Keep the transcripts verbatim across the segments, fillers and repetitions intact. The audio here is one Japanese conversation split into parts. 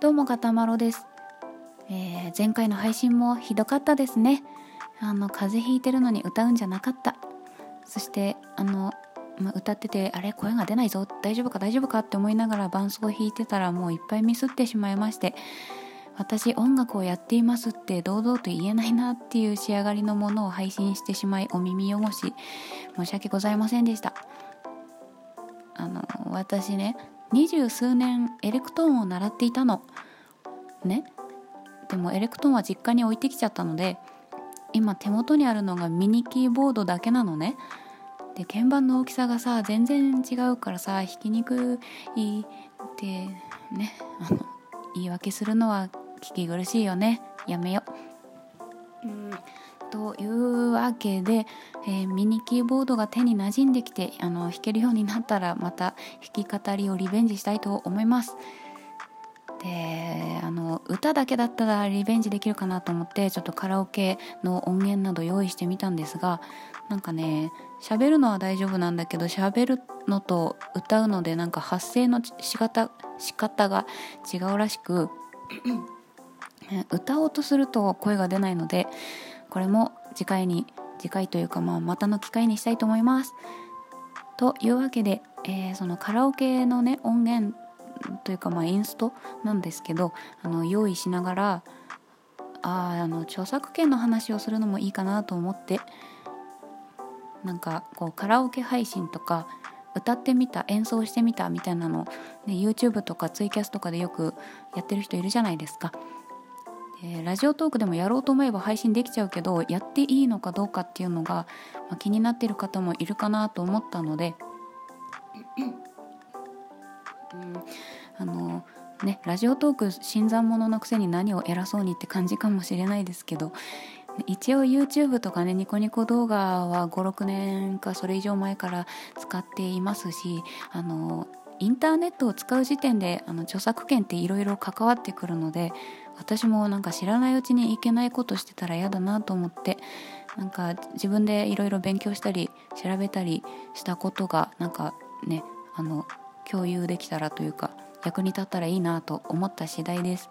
どうもガタマロです、えー、前回の配信もひどかったですね。あの風邪ひいてるのに歌うんじゃなかった。そしてあの、ま、歌っててあれ声が出ないぞ、大丈夫か大丈夫かって思いながら伴奏を弾いてたらもういっぱいミスってしまいまして、私音楽をやっていますって堂々と言えないなっていう仕上がりのものを配信してしまいお耳汚し申し訳ございませんでした。あの私ね二十数年エレクトーンを習っていたのね。でもエレクトーンは実家に置いてきちゃったので今手元にあるのがミニキーボードだけなのね。で鍵盤の大きさがさ全然違うからさ弾きにくいってね、あの言い訳するのは聞き苦しいよね。やめよう。うんというわけで、えー、ミニキーボードが手に馴染んできてあの弾けるようになったらまた弾き語りをリベンジしたいと思います。であの歌だけだったらリベンジできるかなと思ってちょっとカラオケの音源など用意してみたんですが、なんかね喋るのは大丈夫なんだけど喋るのと歌うのでなんか発声の仕方仕方が違うらしく歌おうとすると声が出ないのでこれも次回に次回というか、まあ、またの機会にしたいと思います。というわけで、えー、そのカラオケのね音源というか、まあ、インストなんですけどあの用意しながらああの著作権の話をするのもいいかなと思ってなんかこうカラオケ配信とか歌ってみた演奏してみたみたいなの、ね、YouTube とかツイキャスとかでよくやってる人いるじゃないですか。えー、ラジオトークでもやろうと思えば配信できちゃうけどやっていいのかどうかっていうのが、まあ、気になっている方もいるかなと思ったので、うん、あのねラジオトーク新参者のくせに何を偉そうにって感じかもしれないですけど、一応 YouTube とかねニコニコ動画はご、ろくねんかそれ以上前から使っていますし、あのインターネットを使う時点であの著作権っていろいろ関わってくるので私もなんか知らないうちにいけないことしてたら嫌だなと思ってなんか自分でいろいろ勉強したり調べたりしたことがなんかねあの共有できたらというか役に立ったらいいなと思った次第です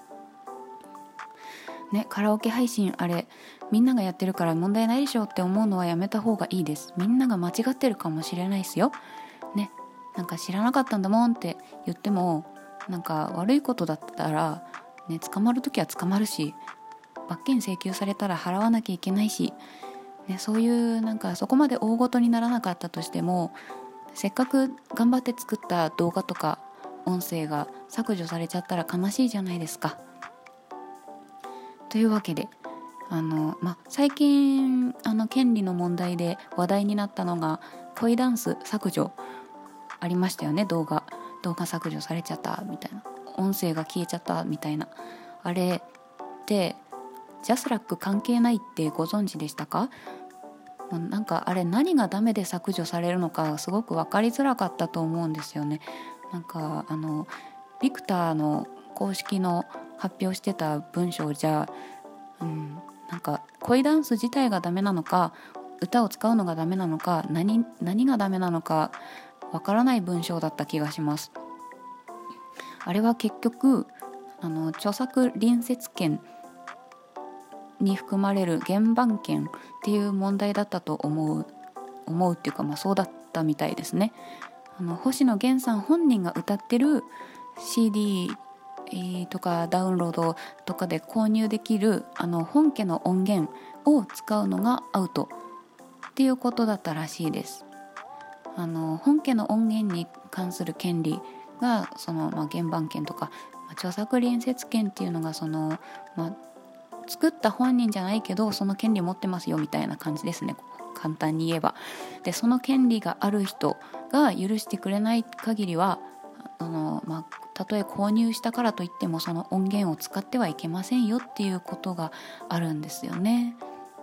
ね。カラオケ配信あれみんながやってるから問題ないでしょって思うのはやめた方がいいです。みんなが間違ってるかもしれないですよね。なんか知らなかったんだもんって言ってもなんか悪いことだったらね捕まるときは捕まるし罰金請求されたら払わなきゃいけないし、ね、そういうなんかそこまで大ごとにならなかったとしてもせっかく頑張って作った動画とか音声が削除されちゃったら悲しいじゃないですか。というわけであの、ま、最近あの権利の問題で話題になったのが恋ダンス削除ありましたよね。動画動画削除されちゃったみたいな音声が消えちゃったみたいなあれってジャスラック関係ないってご存知でしたか？なんかあれ何がダメで削除されるのかすごく分かりづらかったと思うんですよね。なんかあのビクターの公式の発表してた文章じゃ、うん、なんか恋ダンス自体がダメなのか歌を使うのがダメなのか 何, 何がダメなのか分からない文章だった気がします。あれは結局あの著作隣接権に含まれる原版権っていう問題だったと思う思うっていうか、まあ、そうだったみたいですね。あの星野源さん本人が歌ってる シーディー、えー、とかダウンロードとかで購入できるあの本家の音源を使うのがアウトっていうことだったらしいです。あの本家の音源に関する権利がその、まあ、原版権とか、まあ、著作隣接権っていうのがその、まあ、作った本人じゃないけどその権利持ってますよみたいな感じですね、簡単に言えば。でその権利がある人が許してくれない限りはあの、まあ、たとえ購入したからといってもその音源を使ってはいけませんよっていうことがあるんですよね。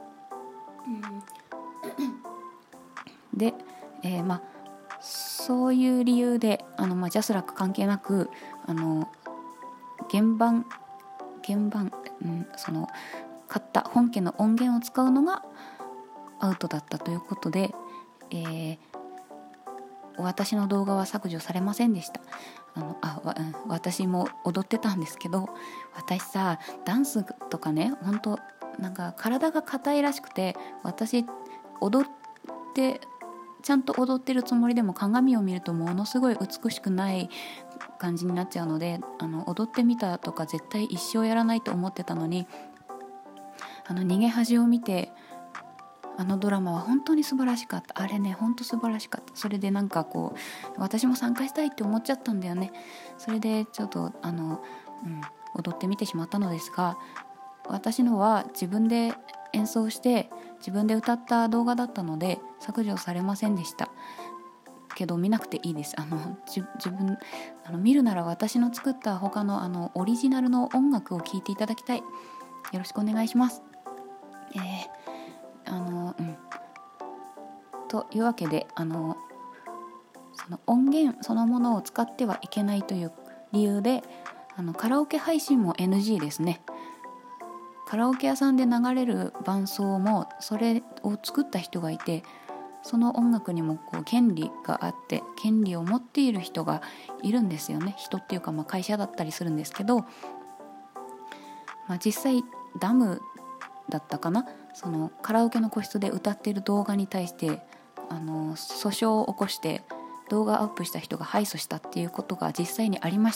で、えー、まあそういう理由であの、まあ、ジャスラック関係なくあの原版原版、うん、その買った本家の音源を使うのがアウトだったということで、えー、私の動画は削除されませんでした。 あのあわ、うん、私も踊ってたんですけど、私さダンスとかね、本当なんか体が硬いらしくて、私踊ってちゃんと踊ってるつもりでも鏡を見るとものすごい美しくない感じになっちゃうので、あの踊ってみたとか絶対一生やらないと思ってたのに、あの逃げ恥を見て、あのドラマは本当に素晴らしかった。あれね本当素晴らしかった。それでなんかこう私も参加したいって思っちゃったんだよね。それでちょっとあの、うん、踊ってみてしまったのですが、私のは自分で演奏して自分で歌った動画だったので削除されませんでしたけど、見なくていいです。あのじ自分あの見るなら私の作った他のあのオリジナルの音楽を聴いていただきたい。よろしくお願いします。えー、あのうんというわけで、あのその音源そのものを使ってはいけないという理由で、あのカラオケ配信も エヌジー ですね。カラオケ屋さんで流れる伴奏もそれを作った人がいて、その音楽にもこう権利があって、権利を持っている人がいるんですよね。人っていうかまあ会社だったりするんですけど、まあ、実際ダムだったかな、そのカラオケの個室で歌っている動画に対してあの訴訟を起こして動画アップした人が敗訴したっていうことが実際にありました。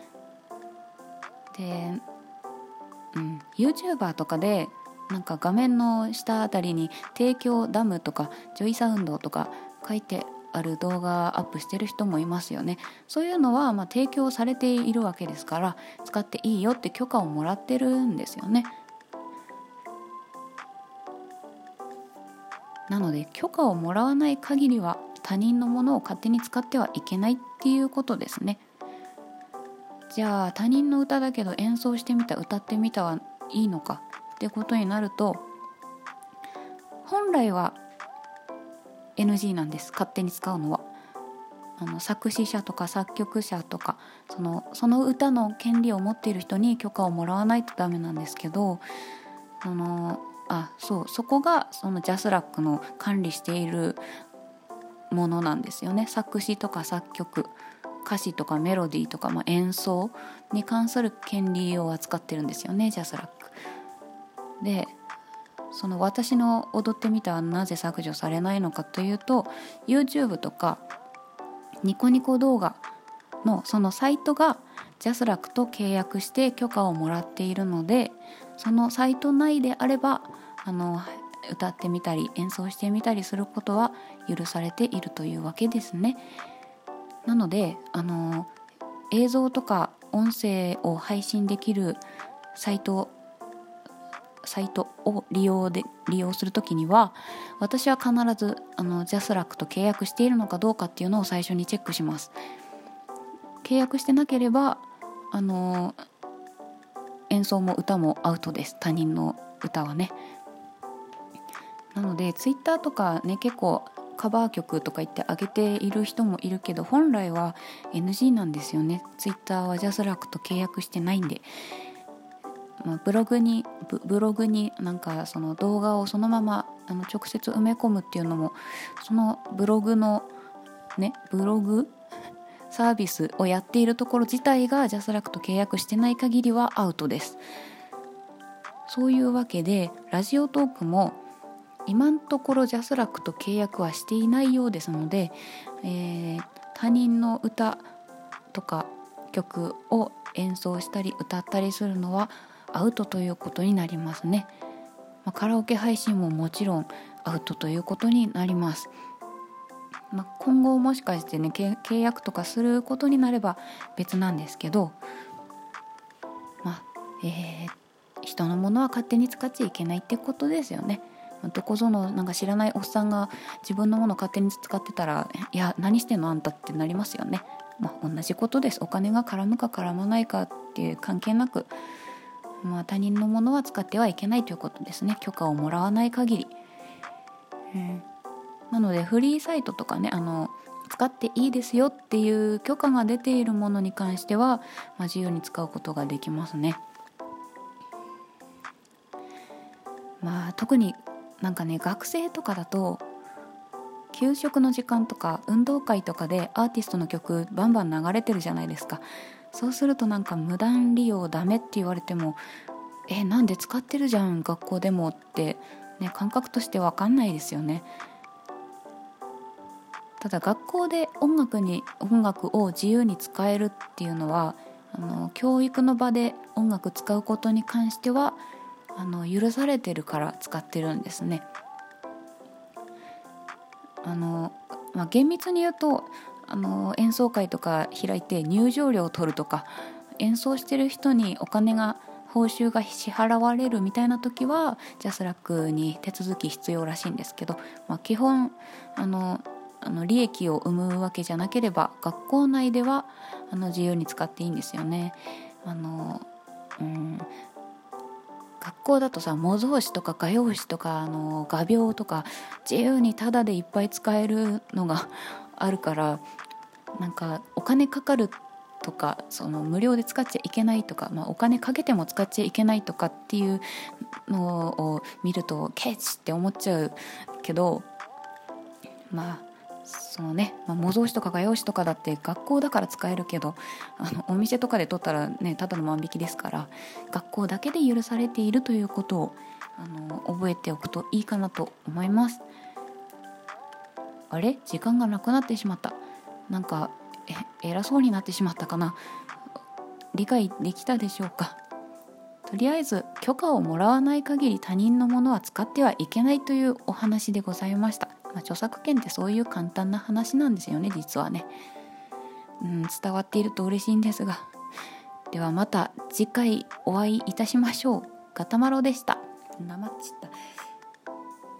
で、うん、YouTuber とかでなんか画面の下あたりに提供ダムとかジョイサウンドとか書いてある動画アップしてる人もいますよね。そういうのはまあ提供されているわけですから使っていいよって許可をもらってるんですよね。なので許可をもらわない限りは他人のものを勝手に使ってはいけないっていうことですね。じゃあ他人の歌だけど演奏してみた歌ってみたはいいのかってことになると、本来は エヌジー なんです。勝手に使うのはあの作詞者とか作曲者とかその、その歌の権利を持っている人に許可をもらわないとダメなんですけど、あのあそうそこがそのジャスラックの管理しているものなんですよね。作詞とか作曲、歌詞とかメロディーとか、まあ、演奏に関する権利を扱ってるんですよね、ジャスラックで。その私の踊ってみたはなぜ削除されないのかというと、 YouTube とかニコニコ動画のそのサイトがジャスラックと契約して許可をもらっているので、そのサイト内であればあの歌ってみたり演奏してみたりすることは許されているというわけですね。なのであの映像とか音声を配信できるサイトサイトを利用で利用するときには、私は必ずあのジャスラックと契約しているのかどうかっていうのを最初にチェックします。契約してなければあの演奏も歌もアウトです。他人の歌はね。なのでツイッターとかね、結構カバー曲とか言って上げている人もいるけど、本来は エヌジー なんですよね。ツイッターはジャスラックと契約してないんで、まあ、ブログに ブ, ブログになんかその動画をそのままあの直接埋め込むっていうのも、そのブログのねブログサービスをやっているところ自体がジャスラックと契約してない限りはアウトです。そういうわけでラジオトークも今のところジャスラックと契約はしていないようですので、えー、他人の歌とか曲を演奏したり歌ったりするのはアウトということになりますね。まあ、カラオケ配信ももちろんアウトということになります。まあ、今後もしかしてね契約とかすることになれば別なんですけど、まあえー、人のものは勝手に使っちゃいけないってことですよね。どこぞのなんか知らないおっさんが自分のものを勝手に使ってたら、いや何してんのあんたってなりますよね。まあ、同じことです。お金が絡むか絡まないかっていう関係なく、まあ、他人のものは使ってはいけないということですね。許可をもらわない限り、うん、なのでフリーサイトとかね、あの使っていいですよっていう許可が出ているものに関しては、まあ、自由に使うことができますね。まあ特になんかね学生とかだと給食の時間とか運動会とかでアーティストの曲バンバン流れてるじゃないですか。そうするとなんか無断利用ダメって言われても、えなんで使ってるじゃん学校でもって、ね、感覚として分かんないですよね。ただ学校で音楽に音楽を自由に使えるっていうのは、あの教育の場で音楽使うことに関してはあの許されてるから使ってるんですね。あの、まあ、厳密に言うとあの演奏会とか開いて入場料を取るとか、演奏してる人にお金が報酬が支払われるみたいな時はジャスラックに手続き必要らしいんですけど、まあ、基本あのあの利益を生むわけじゃなければ学校内ではあの自由に使っていいんですよね。あの、うん、学校だとさ、模造紙とか画用紙とかあの画鋲とか自由にタダでいっぱい使えるのがあるから、なんかお金かかるとかその無料で使っちゃいけないとか、まあ、お金かけても使っちゃいけないとかっていうのを見るとケチって思っちゃうけど、まあそのね、まあ、模造紙とか画用紙とかだって学校だから使えるけど、あのお店とかで取ったらねただの万引きですから、学校だけで許されているということをあの覚えておくといいかなと思います。あれ時間がなくなってしまった。なんかえ偉そうになってしまったかな。理解できたでしょうか。とりあえず許可をもらわない限り他人のものは使ってはいけないというお話でございました。まあ、著作権ってそういう簡単な話なんですよね、実はね。うん、伝わっていると嬉しいんですが。ではまた次回お会いいたしましょう。ガタマロでした。なまっちった。